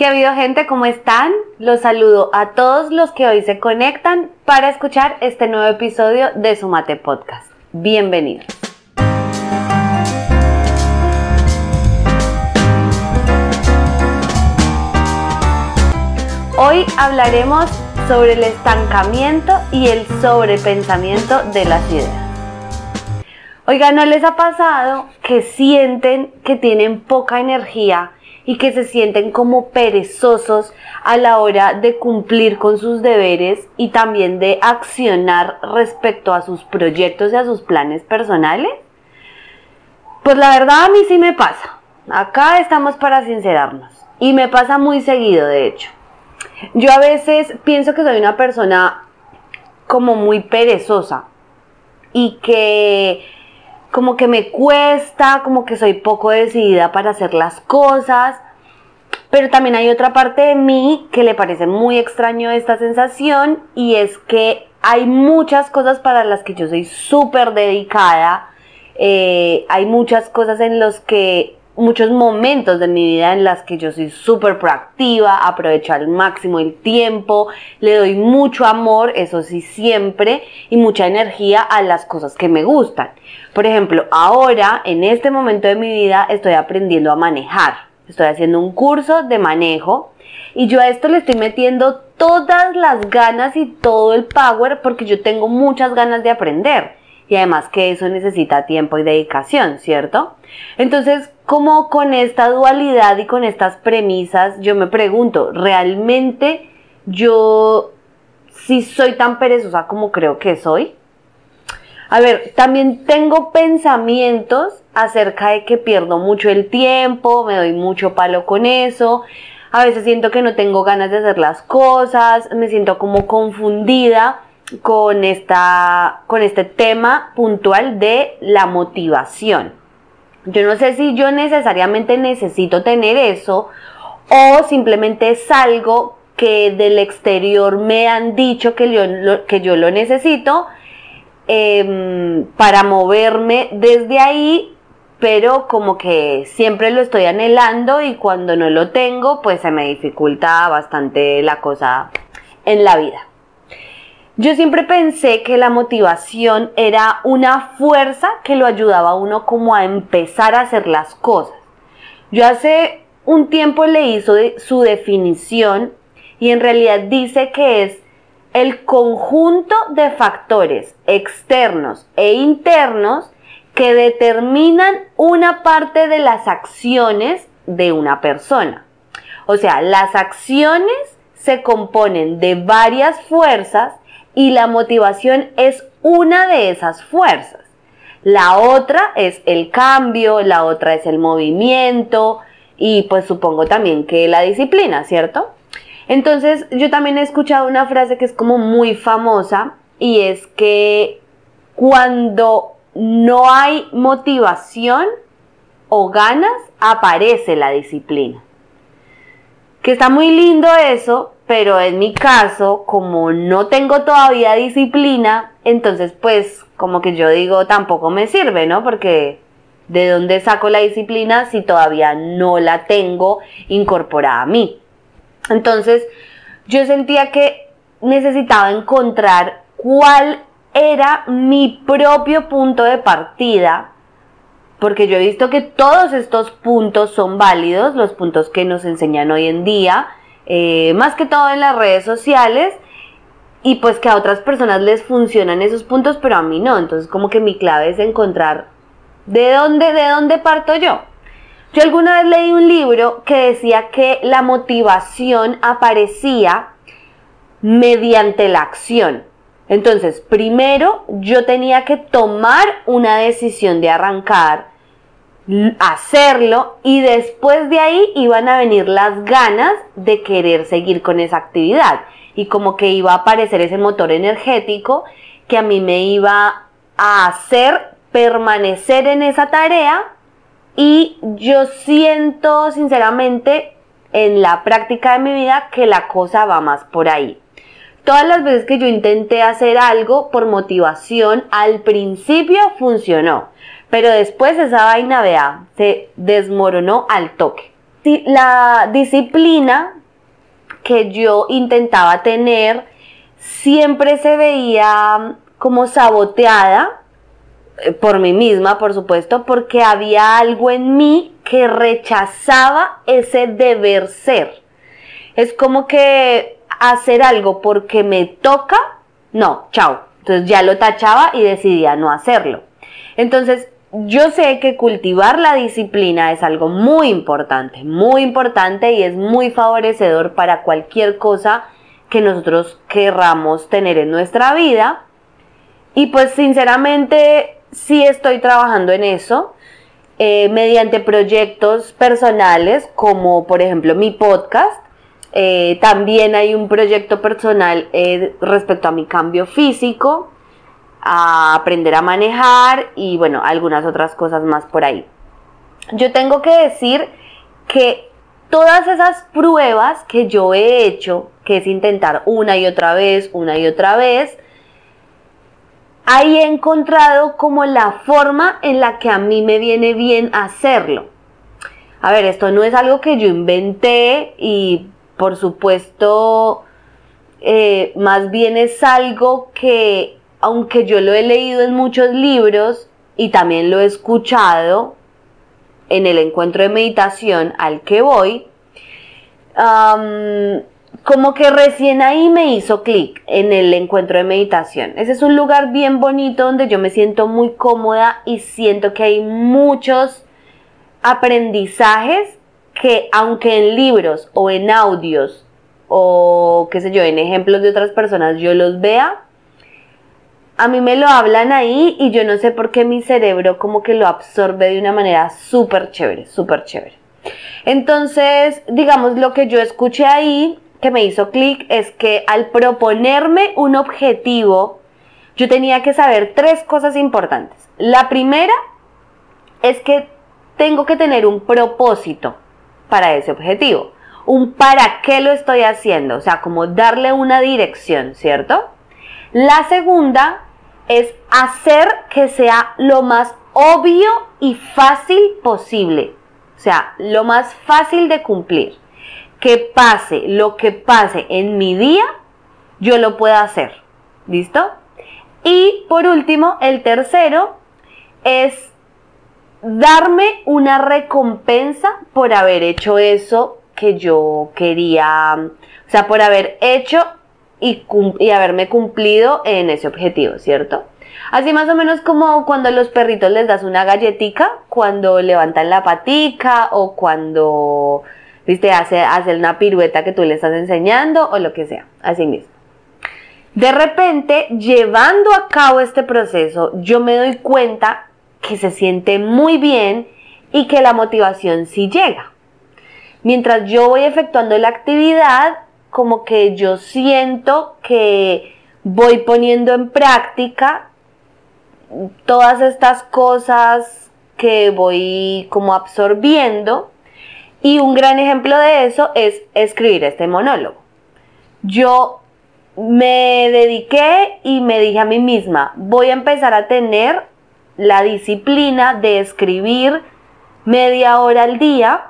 ¿Qué ha habido, gente? ¿Cómo están? Los saludo a todos los que hoy se conectan para escuchar este nuevo episodio de Sumate Podcast. Bienvenidos. Hoy hablaremos sobre el estancamiento y el sobrepensamiento de las ideas. Oigan, ¿no les ha pasado que sienten que tienen poca energía y que se sienten como perezosos a la hora de cumplir con sus deberes y también de accionar respecto a sus proyectos y a sus planes personales? Pues la verdad a mí sí me pasa. Acá estamos para sincerarnos. Y me pasa muy seguido, de hecho. Yo a veces pienso que soy una persona como muy perezosa y que como que me cuesta, como que soy poco decidida para hacer las cosas, pero también hay otra parte de mí que le parece muy extraño esta sensación, y es que hay muchas cosas para las que yo soy súper dedicada, hay muchas cosas muchos momentos de mi vida en las que yo soy súper proactiva, aprovecho al máximo el tiempo, le doy mucho amor, eso sí siempre, y mucha energía a las cosas que me gustan. Por ejemplo, ahora, en este momento de mi vida, estoy aprendiendo a manejar. Estoy haciendo un curso de manejo y yo a esto le estoy metiendo todas las ganas y todo el power porque yo tengo muchas ganas de aprender. Y además que eso necesita tiempo y dedicación, ¿cierto? Entonces, como con esta dualidad y con estas premisas, yo me pregunto, ¿realmente yo sí soy tan perezosa como creo que soy? A ver, también tengo pensamientos acerca de que pierdo mucho el tiempo, me doy mucho palo con eso. A veces siento que no tengo ganas de hacer las cosas, me siento como confundida con este tema puntual de la motivación. Yo no sé si yo necesariamente necesito tener eso o simplemente es algo que del exterior me han dicho que yo lo necesito para moverme desde ahí, pero como que siempre lo estoy anhelando y cuando no lo tengo, pues se me dificulta bastante la cosa en la vida. Yo siempre pensé que la motivación era una fuerza que lo ayudaba a uno como a empezar a hacer las cosas. Yo hace un tiempo leí su definición y en realidad dice que es el conjunto de factores externos e internos que determinan una parte de las acciones de una persona. O sea, las acciones se componen de varias fuerzas y la motivación es una de esas fuerzas. La otra es el cambio, la otra es el movimiento y pues supongo también que la disciplina, ¿cierto? Entonces yo también he escuchado una frase que es como muy famosa y es que cuando no hay motivación o ganas, aparece la disciplina. Que está muy lindo eso, pero en mi caso, como no tengo todavía disciplina, entonces pues como que yo digo tampoco me sirve, ¿no? Porque ¿de dónde saco la disciplina si todavía no la tengo incorporada a mí? Entonces yo sentía que necesitaba encontrar cuál era mi propio punto de partida, porque yo he visto que todos estos puntos son válidos, los puntos que nos enseñan hoy en día, más que todo en las redes sociales, y pues que a otras personas les funcionan esos puntos, pero a mí no. Entonces como que mi clave es encontrar de dónde parto yo. Yo alguna vez leí un libro que decía que la motivación aparecía mediante la acción. Entonces, primero yo tenía que tomar una decisión de arrancar, hacerlo, y después de ahí iban a venir las ganas de querer seguir con esa actividad. Y como que iba a aparecer ese motor energético que a mí me iba a hacer permanecer en esa tarea. Y yo siento sinceramente en la práctica de mi vida que la cosa va más por ahí. Todas las veces que yo intenté hacer algo por motivación, al principio funcionó, pero después esa vaina, vea, se desmoronó al toque. la disciplina que yo intentaba tener siempre se veía como saboteada por mí misma, por supuesto, porque había algo en mí que rechazaba ese deber ser. Es como que hacer algo porque me toca, no, chao. Entonces ya lo tachaba y decidía no hacerlo. Entonces yo sé que cultivar la disciplina es algo muy importante y es muy favorecedor para cualquier cosa que nosotros querramos tener en nuestra vida. Y pues sinceramente sí estoy trabajando en eso mediante proyectos personales como por ejemplo mi podcast. También hay un proyecto personal respecto a mi cambio físico, a aprender a manejar y bueno, algunas otras cosas más por ahí. Yo tengo que decir que todas esas pruebas que yo he hecho, que es intentar una y otra vez, ahí he encontrado como la forma en la que a mí me viene bien hacerlo. A ver, esto no es algo que yo inventé y por supuesto más bien es algo que, aunque yo lo he leído en muchos libros y también lo he escuchado en el encuentro de meditación al que voy, como que recién ahí me hizo clic en el encuentro de meditación. Ese es un lugar bien bonito donde yo me siento muy cómoda y siento que hay muchos aprendizajes que aunque en libros o en audios o qué sé yo, en ejemplos de otras personas yo los vea, a mí me lo hablan ahí y yo no sé por qué mi cerebro como que lo absorbe de una manera súper chévere, súper chévere. Entonces, digamos, lo que yo escuché ahí que me hizo clic es que al proponerme un objetivo, yo tenía que saber 3 cosas importantes. La primera es que tengo que tener un propósito para ese objetivo, un para qué lo estoy haciendo, o sea, como darle una dirección, ¿cierto? La segunda es hacer que sea lo más obvio y fácil posible, o sea, lo más fácil de cumplir. Que pase lo que pase en mi día, yo lo pueda hacer, ¿listo? Y por último, el tercero es darme una recompensa por haber hecho eso que yo quería, o sea, por haber hecho y haberme cumplido en ese objetivo, ¿cierto? Así más o menos como cuando a los perritos les das una galletica, cuando levantan la patica o cuando, viste, hace una pirueta que tú le estás enseñando o lo que sea, así mismo. De repente, llevando a cabo este proceso, yo me doy cuenta que se siente muy bien y que la motivación sí llega. Mientras yo voy efectuando la actividad, como que yo siento que voy poniendo en práctica todas estas cosas que voy como absorbiendo, y un gran ejemplo de eso es escribir este monólogo. Yo me dediqué y me dije a mí misma, voy a empezar a tener la disciplina de escribir media hora al día,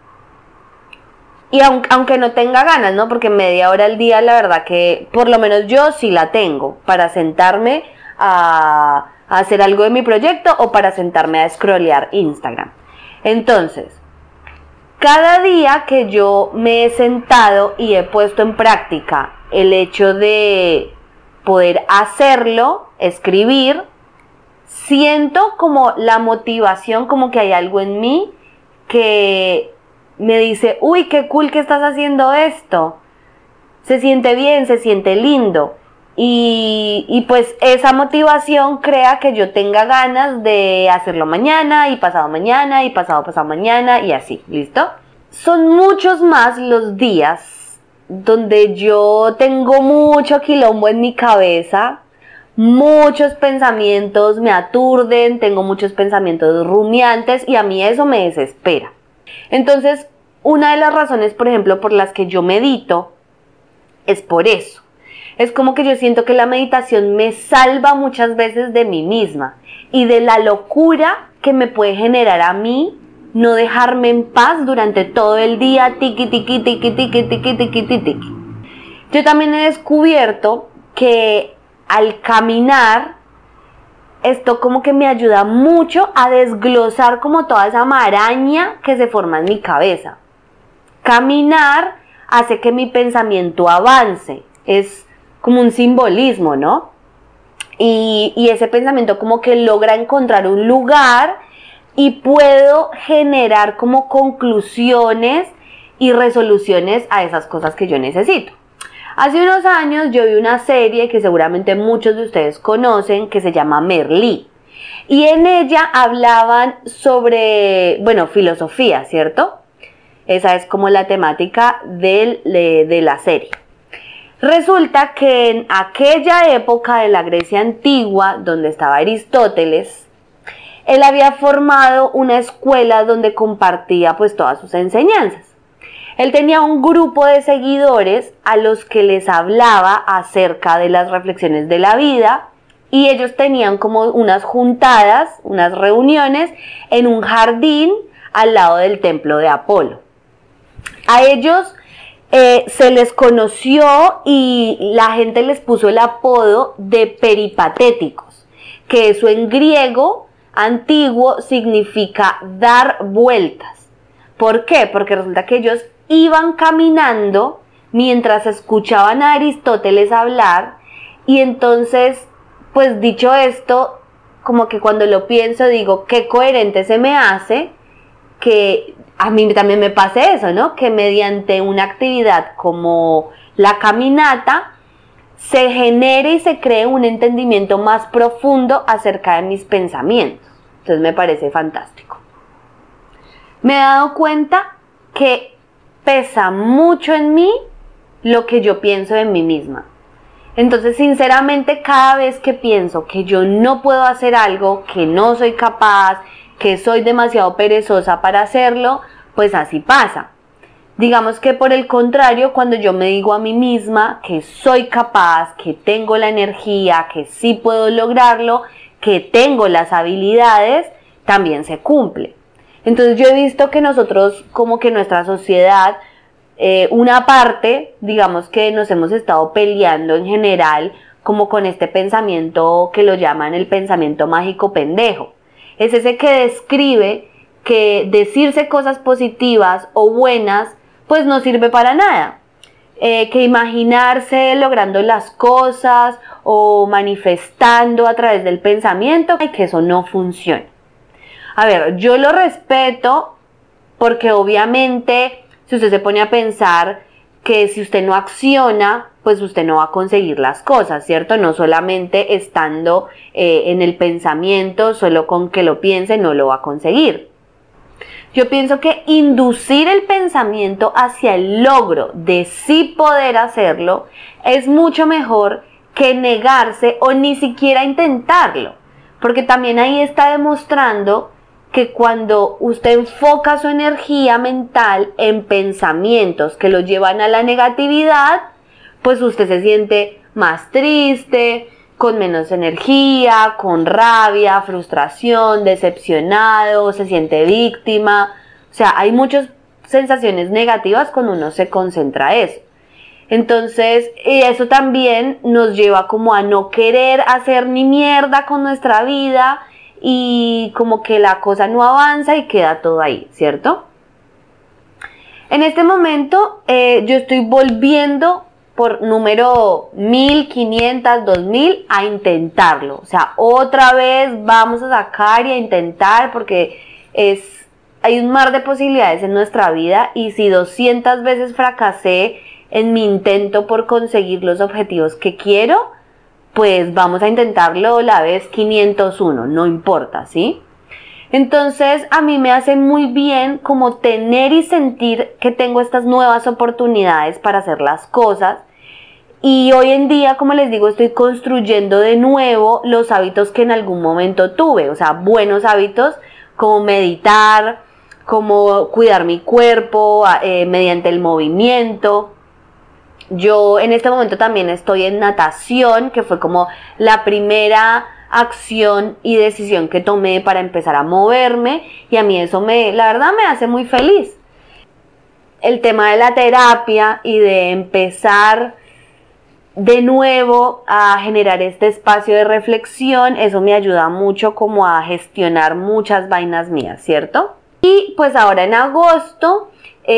y aunque no tenga ganas, ¿no? Porque media hora al día, la verdad que por lo menos yo sí la tengo para sentarme a hacer algo de mi proyecto o para sentarme a scrollear Instagram. Entonces, cada día que yo me he sentado y he puesto en práctica el hecho de poder hacerlo, escribir, siento como la motivación, como que hay algo en mí que me dice, uy, qué cool que estás haciendo esto. Se siente bien, se siente lindo. Y pues esa motivación crea que yo tenga ganas de hacerlo mañana y pasado mañana y pasado mañana y así, ¿listo? Son muchos más los días donde yo tengo mucho quilombo en mi cabeza, muchos pensamientos me aturden, tengo muchos pensamientos rumiantes y a mí eso me desespera. Entonces, una de las razones, por ejemplo, por las que yo medito es por eso. Es como que yo siento que la meditación me salva muchas veces de mí misma y de la locura que me puede generar a mí no dejarme en paz durante todo el día, tiqui, tiqui, tiqui, tiqui, tiqui, tiqui, tiqui, tiqui. Yo también he descubierto que al caminar, esto como que me ayuda mucho a desglosar como toda esa maraña que se forma en mi cabeza. Caminar hace que mi pensamiento avance, es como un simbolismo, ¿no? Y ese pensamiento como que logra encontrar un lugar y puedo generar como conclusiones y resoluciones a esas cosas que yo necesito. Hace unos años yo vi una serie que seguramente muchos de ustedes conocen que se llama Merlí. Y en ella hablaban sobre, bueno, filosofía, ¿cierto? Esa es como la temática de la serie. Resulta que en aquella época de la Grecia antigua, donde estaba Aristóteles, él había formado una escuela donde compartía pues todas sus enseñanzas. Él tenía un grupo de seguidores a los que les hablaba acerca de las reflexiones de la vida y ellos tenían como unas juntadas, unas reuniones en un jardín al lado del templo de Apolo. A ellos se les conoció y la gente les puso el apodo de peripatéticos, que eso en griego antiguo significa dar vueltas. ¿Por qué? Porque resulta que ellos iban caminando mientras escuchaban a Aristóteles hablar y entonces, pues dicho esto, como que cuando lo pienso digo, qué coherente se me hace que a mí también me pase eso, ¿no? Que mediante una actividad como la caminata se genere y se cree un entendimiento más profundo acerca de mis pensamientos. Entonces me parece fantástico. Me he dado cuenta que pesa mucho en mí lo que yo pienso de mí misma. Entonces, sinceramente, cada vez que pienso que yo no puedo hacer algo, que no soy capaz, que soy demasiado perezosa para hacerlo, pues así pasa. Digamos que por el contrario, cuando yo me digo a mí misma que soy capaz, que tengo la energía, que sí puedo lograrlo, que tengo las habilidades, también se cumple. Entonces yo he visto que nosotros, como que nuestra sociedad, una parte, digamos que nos hemos estado peleando en general, como con este pensamiento que lo llaman el pensamiento mágico pendejo. Es ese que describe que decirse cosas positivas o buenas, pues no sirve para nada. Que imaginarse logrando las cosas o manifestando a través del pensamiento, y que eso no funciona. A ver, yo lo respeto porque obviamente si usted se pone a pensar que si usted no acciona, pues usted no va a conseguir las cosas, ¿cierto? No solamente estando en el pensamiento, solo con que lo piense no lo va a conseguir. Yo pienso que inducir el pensamiento hacia el logro de sí poder hacerlo es mucho mejor que negarse o ni siquiera intentarlo, porque también ahí está demostrando que cuando usted enfoca su energía mental en pensamientos que lo llevan a la negatividad, pues usted se siente más triste, con menos energía, con rabia, frustración, decepcionado, se siente víctima. O sea, hay muchas sensaciones negativas cuando uno se concentra a eso. Entonces, eso también nos lleva como a no querer hacer ni mierda con nuestra vida y como que la cosa no avanza y queda todo ahí, ¿cierto? En este momento yo estoy volviendo por número 1500, 2000 a intentarlo. O sea, otra vez vamos a sacar y a intentar porque hay un mar de posibilidades en nuestra vida y si 200 veces fracasé en mi intento por conseguir los objetivos que quiero, pues vamos a intentarlo la vez 501, no importa, ¿sí? Entonces a mí me hace muy bien como tener y sentir que tengo estas nuevas oportunidades para hacer las cosas y hoy en día, como les digo, estoy construyendo de nuevo los hábitos que en algún momento tuve, o sea, buenos hábitos como meditar, como cuidar mi cuerpo mediante el movimiento. Yo en este momento también estoy en natación, que fue como la primera acción y decisión que tomé para empezar a moverme, y a mí eso la verdad me hace muy feliz. El tema de la terapia y de empezar de nuevo a generar este espacio de reflexión, eso me ayuda mucho como a gestionar muchas vainas mías, ¿cierto? Y pues ahora en agosto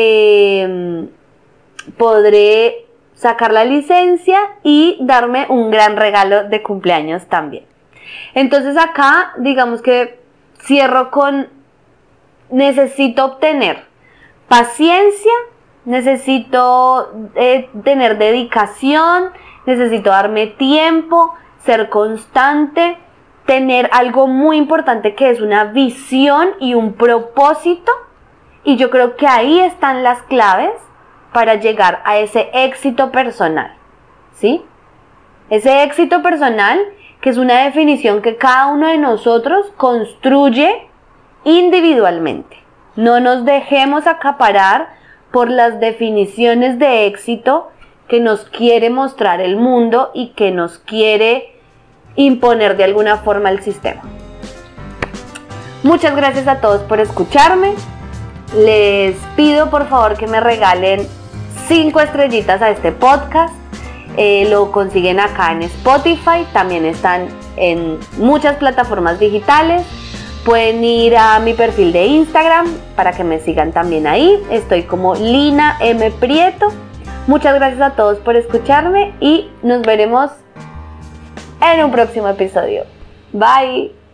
podré sacar la licencia y darme un gran regalo de cumpleaños también. Entonces acá digamos que cierro con: necesito obtener paciencia, necesito tener dedicación, necesito darme tiempo, ser constante, tener algo muy importante que es una visión y un propósito, y yo creo que ahí están las claves para llegar a ese éxito personal, ¿sí? Ese éxito personal que es una definición que cada uno de nosotros construye individualmente. No nos dejemos acaparar por las definiciones de éxito que nos quiere mostrar el mundo y que nos quiere imponer de alguna forma el sistema. Muchas gracias a todos por escucharme. Les pido por favor que me regalen 5 estrellitas a este podcast. Lo consiguen acá en Spotify, también están en muchas plataformas digitales. Pueden ir a mi perfil de Instagram para que me sigan también ahí. Estoy como Lina M. Prieto. Muchas gracias a todos por escucharme y nos veremos en un próximo episodio. Bye.